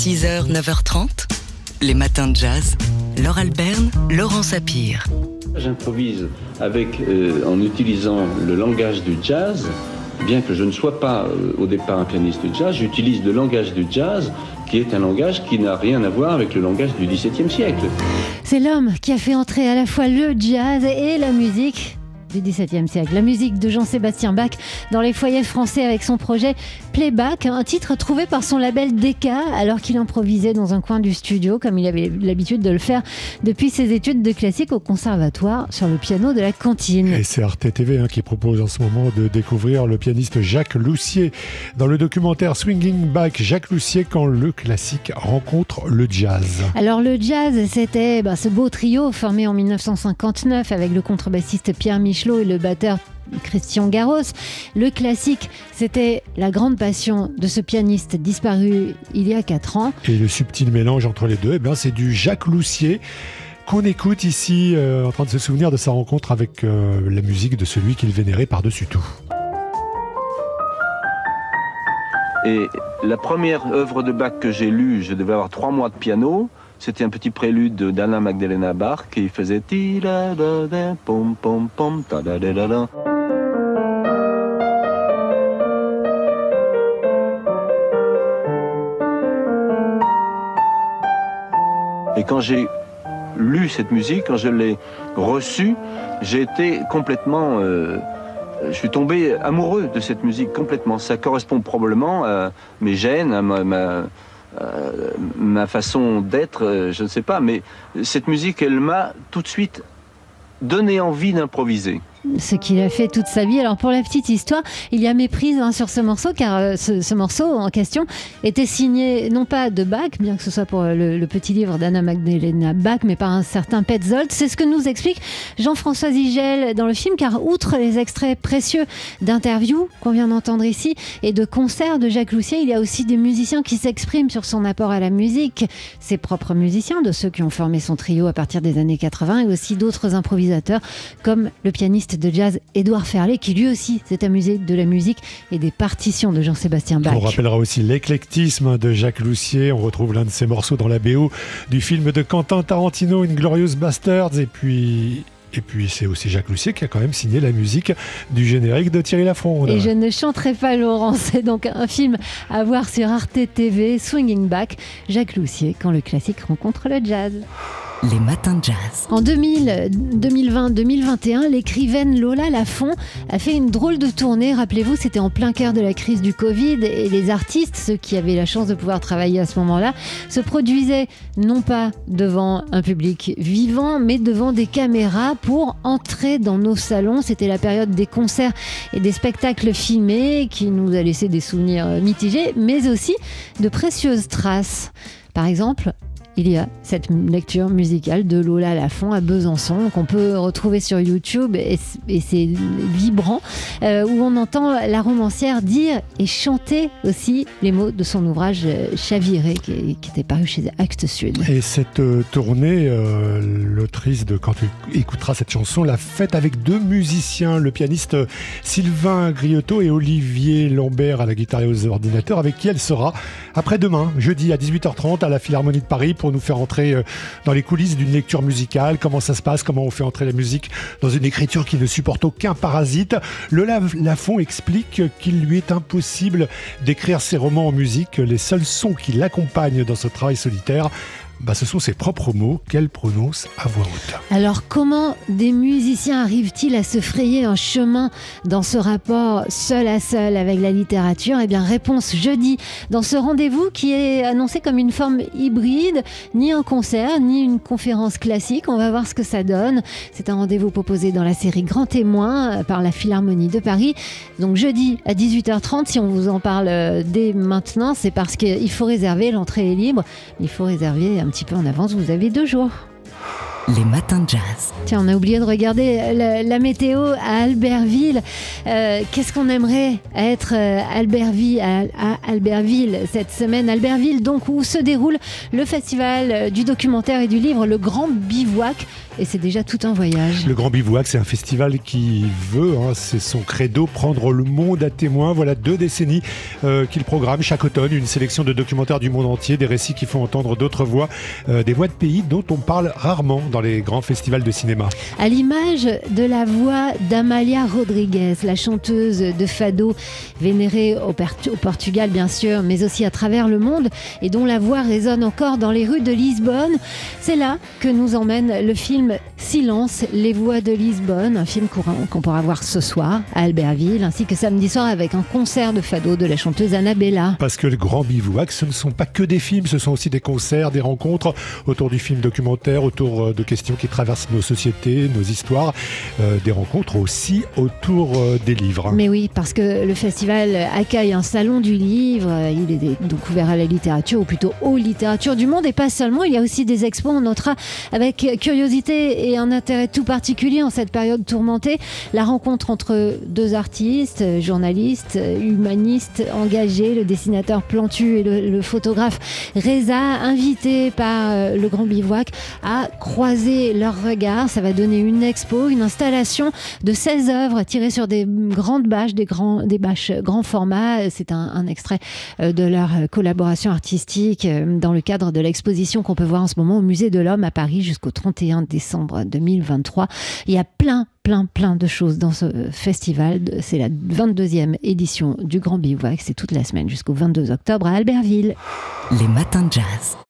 6h, 9h30, les matins de jazz. Laure Alberne, Laurent Sapir. J'improvise en utilisant le langage du jazz. Bien que je ne sois pas au départ un pianiste de jazz, j'utilise le langage du jazz qui est un langage qui n'a rien à voir avec le langage du XVIIe siècle. C'est l'homme qui a fait entrer à la fois le jazz et la musique du XVIIe siècle. La musique de Jean-Sébastien Bach dans les foyers français avec son projet Playback, un titre trouvé par son label Decca alors qu'il improvisait dans un coin du studio comme il avait l'habitude de le faire depuis ses études de classique au conservatoire sur le piano de la cantine. Et c'est Arte TV qui propose en ce moment de découvrir le pianiste Jacques Loussier dans le documentaire Swinging Back, Jacques Loussier quand le classique rencontre le jazz. Alors le jazz, c'était ce beau trio formé en 1959 avec le contrebassiste Pierre Michelot et le batteur Christian Garros. Le classique, c'était la grande passion de ce pianiste disparu il y a 4 ans. Et le subtil mélange entre les deux, c'est du Jacques Loussier qu'on écoute ici en train de se souvenir de sa rencontre avec la musique de celui qu'il vénérait par-dessus tout. Et la première œuvre de Bach que j'ai lue, je devais avoir 3 mois de piano. C'était un petit prélude d'Anna Magdalena Bach qui faisait ti da da da pom pom pom ta da da da. Et quand j'ai lu cette musique, quand je l'ai reçue, j'ai été complètement je suis tombé amoureux de cette musique complètement. Ça correspond probablement à mes gènes, à ma façon d'être, je ne sais pas, mais cette musique, elle m'a tout de suite donné envie d'improviser. Ce qu'il a fait toute sa vie. Alors pour la petite histoire, il y a méprise sur ce morceau car ce morceau en question était signé non pas de Bach, bien que ce soit pour le petit livre d'Anna Magdalena Bach, mais par un certain Petzold. C'est ce que nous explique Jean-François Zigel dans le film, car outre les extraits précieux d'interviews qu'on vient d'entendre ici et de concerts de Jacques Loussier, il y a aussi des musiciens qui s'expriment sur son apport à la musique, ses propres musiciens, de ceux qui ont formé son trio à partir des années 80 et aussi d'autres improvisateurs comme le pianiste de jazz Édouard Ferlet qui lui aussi s'est amusé de la musique et des partitions de Jean-Sébastien Bach. On rappellera aussi l'éclectisme de Jacques Loussier. On retrouve l'un de ses morceaux dans la BO du film de Quentin Tarantino, Inglourious Basterds. Et puis c'est aussi Jacques Loussier qui a quand même signé la musique du générique de Thierry Lafronde. Et je ne chanterai pas Laurent, c'est donc un film à voir sur Arte TV, Swinging Back, Jacques Loussier quand le classique rencontre le jazz. Les matins de jazz. En 2020-2021, l'écrivaine Lola Lafont a fait une drôle de tournée. Rappelez-vous, c'était en plein cœur de la crise du Covid et les artistes, ceux qui avaient la chance de pouvoir travailler à ce moment-là, se produisaient non pas devant un public vivant, mais devant des caméras pour entrer dans nos salons. C'était la période des concerts et des spectacles filmés qui nous a laissé des souvenirs mitigés, mais aussi de précieuses traces. Par exemple, il y a cette lecture musicale de Lola Lafont à Besançon qu'on peut retrouver sur YouTube et c'est vibrant où on entend la romancière dire et chanter aussi les mots de son ouvrage Chaviré qui était paru chez Actes Sud. Et cette tournée, l'autrice de Quand tu écouteras cette chanson, l'a faite avec 2 musiciens, le pianiste Sylvain Griotto et Olivier Lambert à la guitare et aux ordinateurs, avec qui elle sera après-demain, jeudi à 18h30 à la Philharmonie de Paris pour nous faire entrer dans les coulisses d'une lecture musicale, comment ça se passe, comment on fait entrer la musique dans une écriture qui ne supporte aucun parasite. Lola Lafont explique qu'il lui est impossible d'écrire ses romans en musique. Les seuls sons qui l'accompagnent dans ce travail solitaire, ce sont ses propres mots qu'elle prononce à voix haute. Alors comment des musiciens arrivent-ils à se frayer un chemin dans ce rapport seul à seul avec la littérature ? Eh bien réponse jeudi dans ce rendez-vous qui est annoncé comme une forme hybride, ni un concert, ni une conférence classique. On va voir ce que ça donne. C'est un rendez-vous proposé dans la série Grand Témoin par la Philharmonie de Paris. Donc jeudi à 18h30, si on vous en parle dès maintenant, c'est parce qu'il faut réserver, l'entrée est libre. Il faut réserver un petit peu en avance, vous avez 2 jours. Les matins de jazz. Tiens, on a oublié de regarder la météo à Albertville. Qu'est-ce qu'on aimerait être à Albertville cette semaine. Albertville, donc, où se déroule le festival du documentaire et du livre, le Grand Bivouac. Et c'est déjà tout un voyage. Le Grand Bivouac, c'est un festival qui veut, c'est son credo, prendre le monde à témoin. Voilà 2 décennies qu'il programme chaque automne une sélection de documentaires du monde entier, des récits qui font entendre d'autres voix, des voix de pays dont on parle rarement dans les grands festivals de cinéma. À l'image de la voix d'Amalia Rodrigues, la chanteuse de fado, vénérée au Portugal bien sûr, mais aussi à travers le monde, et dont la voix résonne encore dans les rues de Lisbonne. C'est là que nous emmène le film Silence, les voix de Lisbonne, un film qu'on pourra voir ce soir à Albertville, ainsi que samedi soir avec un concert de fado de la chanteuse Annabella. Parce que le Grand Bivouac, ce ne sont pas que des films, ce sont aussi des concerts, des rencontres autour du film documentaire, autour de questions qui traversent nos sociétés, nos histoires, des rencontres aussi autour des livres. Mais oui, parce que le festival accueille un salon du livre, il est donc ouvert à la littérature, ou plutôt aux littératures du monde, et pas seulement, il y a aussi des expos. On notera avec curiosité et un intérêt tout particulier en cette période tourmentée la rencontre entre 2 artistes, journalistes, humanistes engagés, le dessinateur Plantu et le photographe Reza, invités par le Grand Bivouac à croiser leurs regards. Ça va donner une expo, une installation de 16 œuvres tirées sur des grandes bâches, des bâches grand format. C'est un extrait de leur collaboration artistique dans le cadre de l'exposition qu'on peut voir en ce moment au Musée de l'Homme à Paris jusqu'au 31 décembre 2023. Il y a plein de choses dans ce festival. C'est la 22e édition du Grand Bivouac. C'est toute la semaine jusqu'au 22 octobre à Albertville. Les matins de jazz.